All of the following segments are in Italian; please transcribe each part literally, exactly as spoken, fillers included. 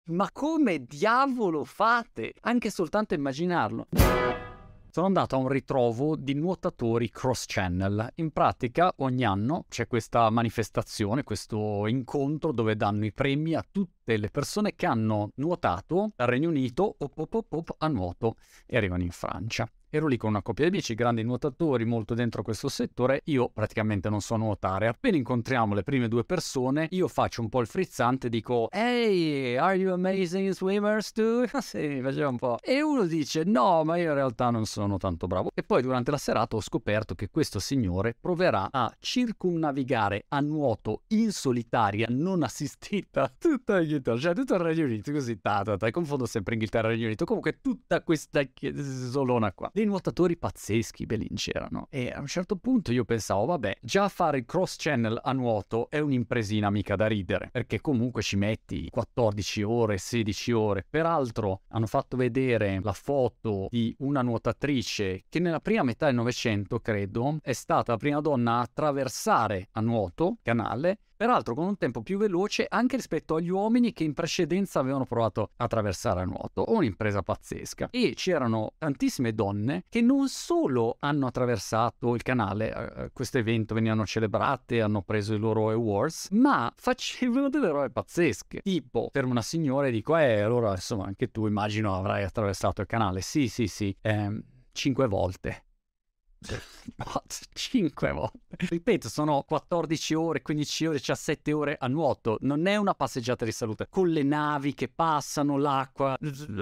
ma come diavolo fate? Anche soltanto immaginarlo. Sono andato a un ritrovo di nuotatori cross channel. In pratica ogni anno c'è questa manifestazione, questo incontro dove danno i premi a tutte le persone che hanno nuotato dal Regno Unito op, op, op, op, a nuoto e arrivano in Francia. Ero lì con una coppia di amici, grandi nuotatori, molto dentro questo settore. Io praticamente non so nuotare. Appena incontriamo le prime due persone, io faccio un po' il frizzante, dico "Hey, are you amazing swimmers too?" Sì, faceva un po'. E uno dice "No, ma io in realtà non sono tanto bravo." E poi durante la serata ho scoperto che questo signore proverà a circumnavigare a nuoto in solitaria, non assistita, tutta l'Inghilterra, cioè tutto il Regno Unito, così, ta, ta, ta, confondo sempre Inghilterra e Regno Unito, comunque tutta questa isolona qua. Dei nuotatori pazzeschi, belli c'erano. E a un certo punto io pensavo, vabbè, già fare il cross channel a nuoto è un'impresina mica da ridere, perché comunque ci metti quattordici ore, sedici ore. Peraltro hanno fatto vedere la foto di una nuotatrice che nella prima metà del Novecento, credo, è stata la prima donna a attraversare a nuoto il canale, peraltro con un tempo più veloce anche rispetto agli uomini che in precedenza avevano provato a attraversare a nuoto. Un'impresa pazzesca. E c'erano tantissime donne che non solo hanno attraversato il canale, eh, questo evento venivano celebrate, hanno preso i loro awards, ma facevano delle robe pazzesche. Tipo, per una signora dico, eh, allora insomma anche tu immagino avrai attraversato il canale. Sì, sì, sì, ehm, cinque volte. cinque volte. Ripeto, sono quattordici ore, quindici ore, diciassette ore a nuoto. Non è una passeggiata di salute. Con le navi che passano, l'acqua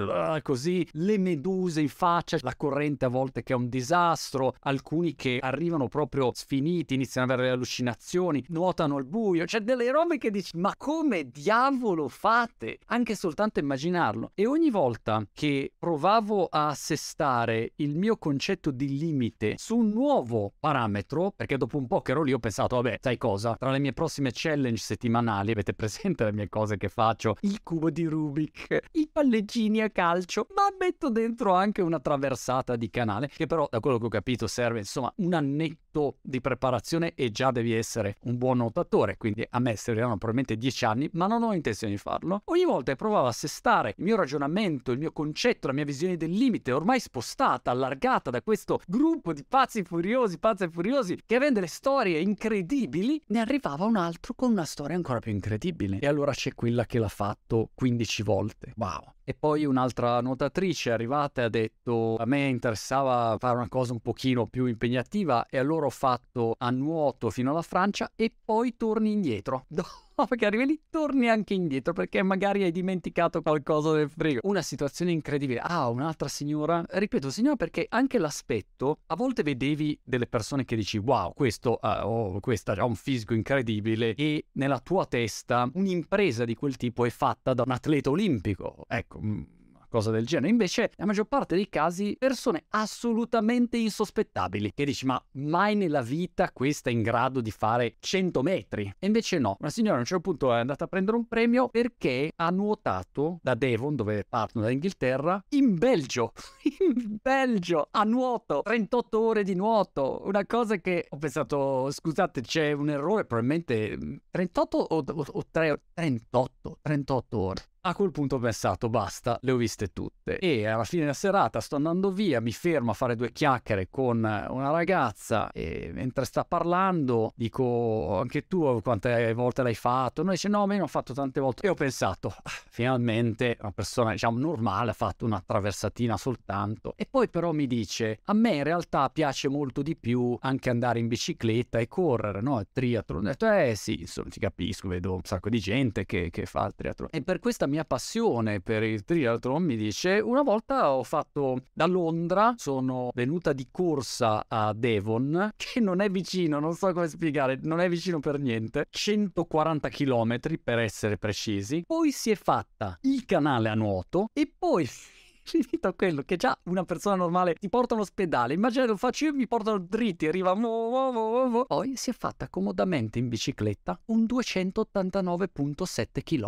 così, le meduse in faccia, la corrente a volte che è un disastro, alcuni che arrivano proprio sfiniti, iniziano ad avere le allucinazioni, nuotano al buio, cioè delle robe che dici ma come diavolo fate? Anche soltanto immaginarlo. E ogni volta che provavo a assestare il mio concetto di limite su un nuovo parametro, perché dopo un po' che ero lì ho pensato, vabbè, sai cosa? Tra le mie prossime challenge settimanali, avete presente le mie cose che faccio? Il cubo di Rubik, i palleggini a calcio, ma metto dentro anche una traversata di canale, che però da quello che ho capito serve insomma un annetto di preparazione e già devi essere un buon nuotatore, quindi a me serviranno probabilmente dieci anni, ma non ho intenzione di farlo. Ogni volta che provavo a assestare il mio ragionamento, il mio concetto, la mia visione del limite, ormai spostata, allargata da questo gruppo di pazzi furiosi, pazzi e furiosi, che avevano delle storie incredibili, ne arrivava un altro con una storia ancora più incredibile. E allora c'è quella che l'ha fatto quindici volte. Wow. E poi un'altra nuotatrice è arrivata e ha detto a me interessava fare una cosa un pochino più impegnativa e allora ho fatto a nuoto fino alla Francia e poi torni indietro. No, perché arrivi lì, torni anche indietro perché magari hai dimenticato qualcosa nel frigo. Una situazione incredibile. Ah, un'altra signora. Ripeto, signora, perché anche l'aspetto, a volte vedevi delle persone che dici wow, questo, uh, oh, questa ha un fisico incredibile e nella tua testa un'impresa di quel tipo è fatta da un atleta olimpico. Ecco, cosa del genere. Invece, la maggior parte dei casi, persone assolutamente insospettabili, che dici, ma mai nella vita questa è in grado di fare cento metri? E invece no. Una signora a un certo punto è andata a prendere un premio perché ha nuotato da Devon, dove partono dall'Inghilterra, in Belgio. In Belgio, a nuoto. trentotto ore di nuoto. Una cosa che ho pensato, scusate, c'è un errore, probabilmente trentotto o, o, o tre, trentotto, trentotto ore. A quel punto ho pensato, basta, le ho viste tutte. E alla fine della serata sto andando via, mi fermo a fare due chiacchiere con una ragazza e mentre sta parlando dico, anche tu quante volte l'hai fatto? Noi dice, no, ma io l'ho fatto tante volte. E ho pensato, ah, finalmente una persona, diciamo, normale ha fatto una traversatina soltanto. E poi però mi dice, a me in realtà piace molto di più anche andare in bicicletta e correre, no? Il triathlon. Ho detto, eh sì, insomma, ti capisco, vedo un sacco di gente che, che fa il triathlon. E per questa mia passione per il triathlon mi dice, una volta ho fatto da Londra, sono venuta di corsa a Devon, che non è vicino, non so come spiegare, non è vicino per niente, centoquaranta chilometri per essere precisi, poi si è fatta il canale a nuoto e poi finito quello che già una persona normale ti porta all'ospedale, immagina lo faccio io, mi portano dritti, arriva mo, mo, mo, mo. Poi si è fatta comodamente in bicicletta un duecentottantanove virgola sette chilometri.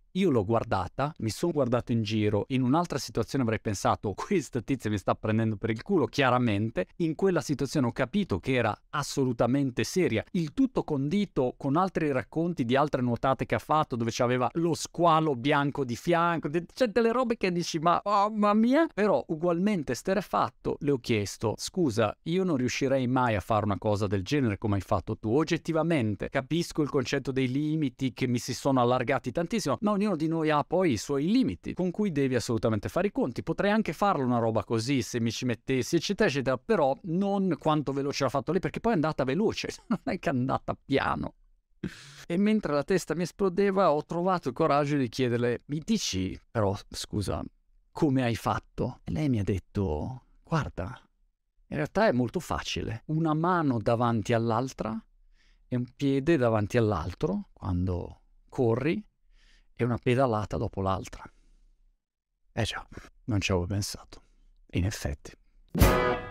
Io l'ho guardata, mi sono guardato in giro, in un'altra situazione avrei pensato questa tizia mi sta prendendo per il culo, chiaramente. In quella situazione ho capito che era assolutamente seria, il tutto condito con altri racconti di altre nuotate che ha fatto, dove c'aveva lo squalo bianco di fianco, c'è delle robe che dici ma oh, mamma mia. Però ugualmente sterefatto le ho chiesto scusa, io non riuscirei mai a fare una cosa del genere come hai fatto tu, oggettivamente capisco il concetto dei limiti che mi si sono allargati tantissimo, ma ognuno di noi ha poi i suoi limiti con cui devi assolutamente fare i conti. Potrei anche farlo una roba così se mi ci mettessi eccetera eccetera, però non quanto veloce l'ha fatto lei, perché poi è andata veloce, non è che è andata piano. E mentre la testa mi esplodeva ho trovato il coraggio di chiederle mi dici però scusa come hai fatto? E lei mi ha detto guarda, in realtà è molto facile, una mano davanti all'altra e un piede davanti all'altro quando corri e una pedalata dopo l'altra. Eh già, non ci avevo pensato. In effetti.